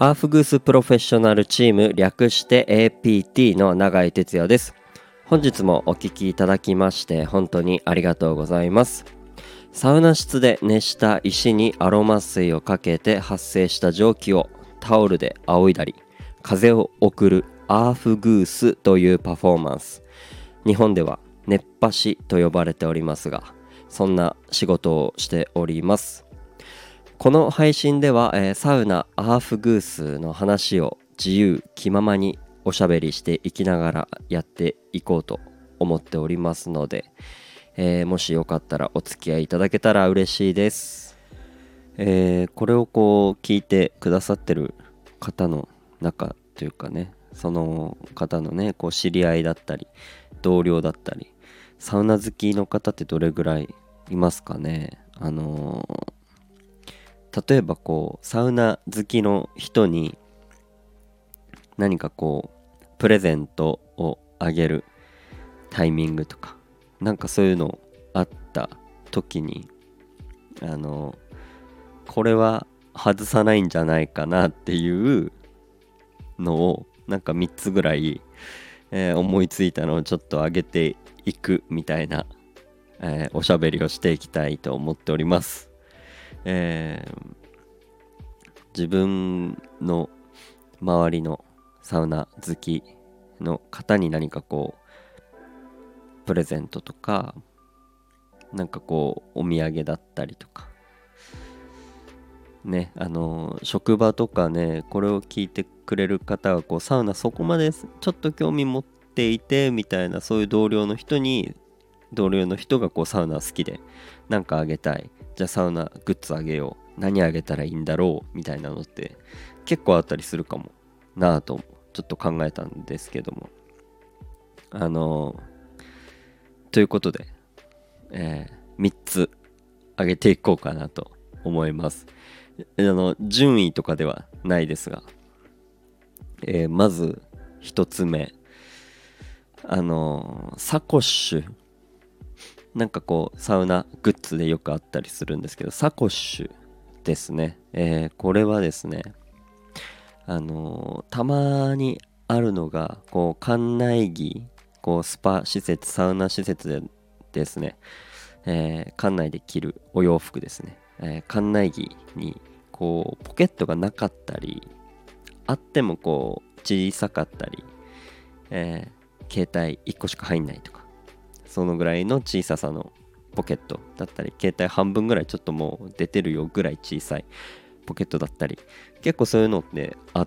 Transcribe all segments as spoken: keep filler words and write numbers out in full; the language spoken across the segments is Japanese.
アーフグースプロフェッショナルチーム略して エーピーティー の永井哲也です。本日もお聞きいただきまして本当にありがとうございます。サウナ室で熱した石にアロマ水をかけて発生した蒸気をタオルで仰いだり風を送るアーフグースというパフォーマンス、日本では熱波師と呼ばれておりますが、そんな仕事をしております。この配信では、えー、サウナアーフグースの話を自由気ままにおしゃべりしていきながらやっていこうと思っておりますので、えー、もしよかったらお付き合いいただけたら嬉しいです。えー、これをこう聞いてくださってる方の中というかね、その方のねこう知り合いだったり同僚だったりサウナ好きの方ってどれぐらいいますかね。あのー例えばこうサウナ好きの人に何かこうプレゼントをあげるタイミングとかなんかそういうのあった時にあのこれは外さないんじゃないかなっていうのをなんかみっつぐらい、えー思いついたのをちょっと上げていくみたいな、えーおしゃべりをしていきたいと思っております。えー自分の周りのサウナ好きの方に何かこうプレゼントとかなんかこうお土産だったりとかね、あの職場とかね、これを聞いてくれる方はこうサウナそこまでちょっと興味持っていてみたいな、そういう同僚の人に同僚の人がこうサウナ好きでなんかあげたい、じゃあサウナグッズあげよう、何あげたらいいんだろうみたいなのって結構あったりするかもなぁとちょっと考えたんですけども、あのということで、えー、みっつあげていこうかなと思います。あの順位とかではないですが、えーまずひとつめ、あのサコッシュ、なんかこうサウナグッズでよくあったりするんですけど、サコッシュですね。えーこれはですね、あのーたまにあるのがこう館内着、こうスパ施設サウナ施設でですね、えー館内で着るお洋服ですね、えー館内着にこうポケットがなかったり、あってもこう小さかったり、えー携帯いっこしか入んないとか、そのぐらいの小ささのポケットだったり、携帯半分ぐらいちょっともう出てるよぐらい小さいポケットだったり、結構そういうのってあって、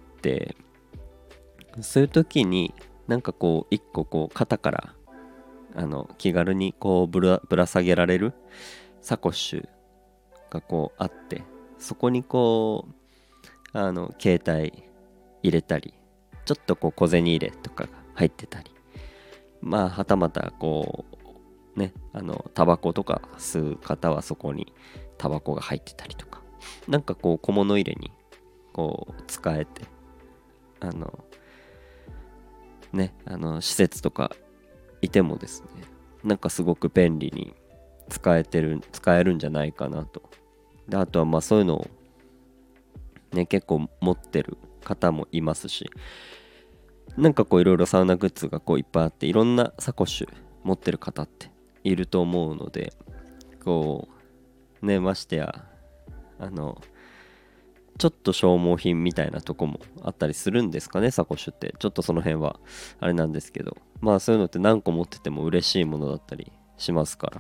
そういう時になんかこう一個こう肩からあの気軽にこうぶらぶら下げられるサコッシュがこうあって、そこにこうあの携帯入れたり、ちょっとこう小銭入れとかが入ってたり、まあはたまたこうね、あのタバコとか吸う方はそこにタバコが入ってたりとか、なんかこう小物入れにこう使えて、あのね、あの施設とかいてもですね、なんかすごく便利に使えてる使えるんじゃないかなと。であとはまあそういうのをね結構持ってる方もいますし、なんかこういろいろサウナグッズがこういっぱいあって、いろんなサコッシュ持ってる方っていると思うので、こうね、ましてやあのちょっと消耗品みたいなとこもあったりするんですかね、サコッシュって。ちょっとその辺はあれなんですけど、まあそういうのって何個持ってても嬉しいものだったりしますから、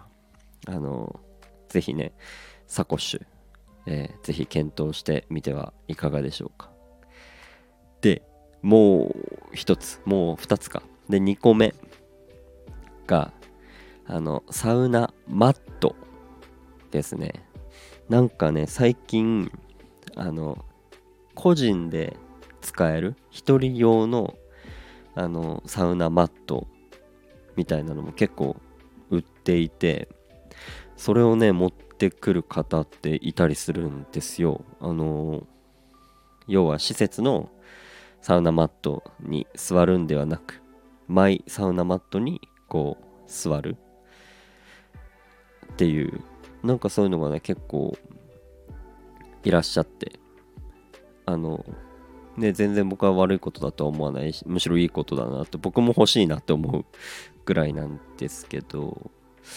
あのぜひねサコッシュ、えーぜひ検討してみてはいかがでしょうか。でもう一つ、もう二つか。でにこめがあのサウナマットですね。なんかね最近あの個人で使える一人用のあのサウナマットみたいなのも結構売っていて、それをね持ってくる方っていたりするんですよ。あの要は施設のサウナマットに座るんではなく、マイサウナマットにこう座るっていう、なんかそういうのがね結構いらっしゃって、あのね、全然僕は悪いことだとは思わないし、むしろいいことだなって僕も欲しいなって思うぐらいなんですけど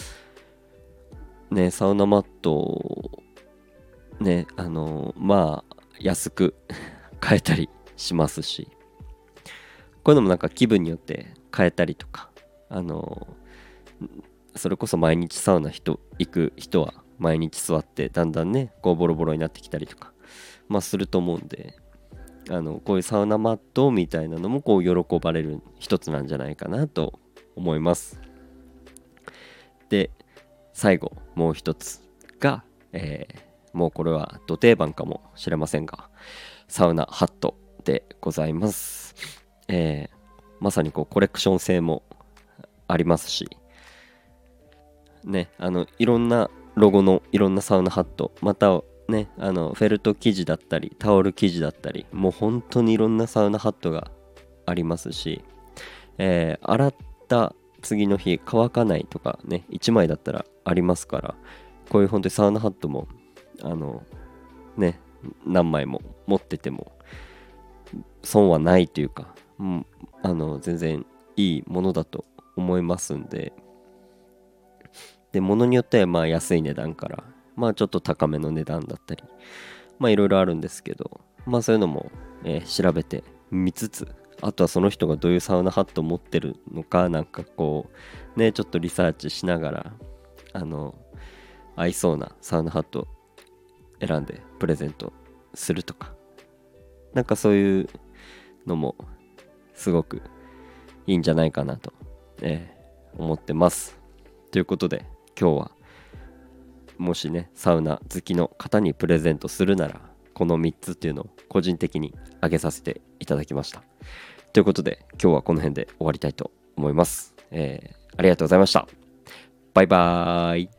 ね、サウナマットね、あのまあ安く買えたりしますし、こういうのもなんか気分によって変えたりとか、あのそれこそ毎日サウナ人行く人は毎日座ってだんだんねこうボロボロになってきたりとかまあすると思うんで、あのこういうサウナマットみたいなのもこう喜ばれる一つなんじゃないかなと思います。で最後もう一つが、えーもうこれはド定番かもしれませんが、サウナハットでございます。えーまさにこうコレクション性もありますしね、あのいろんなロゴのいろんなサウナハット、またね、あのフェルト生地だったりタオル生地だったり、もう本当にいろんなサウナハットがありますし、えー洗った次の日乾かないとかね、いちまいだったらありますから、こういう本当にサウナハットもあのね何枚も持ってても損はないというか、うん、あの全然いいものだと思いますんで、で物によってはまあ安い値段からまあちょっと高めの値段だったり、まあいろいろあるんですけど、まあそういうのも、えー調べてみつつ、あとはその人がどういうサウナハットを持ってるのかなんかこうねちょっとリサーチしながら、あの合いそうなサウナハットを選んでプレゼントするとか、なんかそういうのもすごくいいんじゃないかなと、えー思ってます。ということで今日はもしねサウナ好きの方にプレゼントするならこのみっつっていうのを個人的に挙げさせていただきました。ということで今日はこの辺で終わりたいと思います。えーありがとうございました。バイバーイ。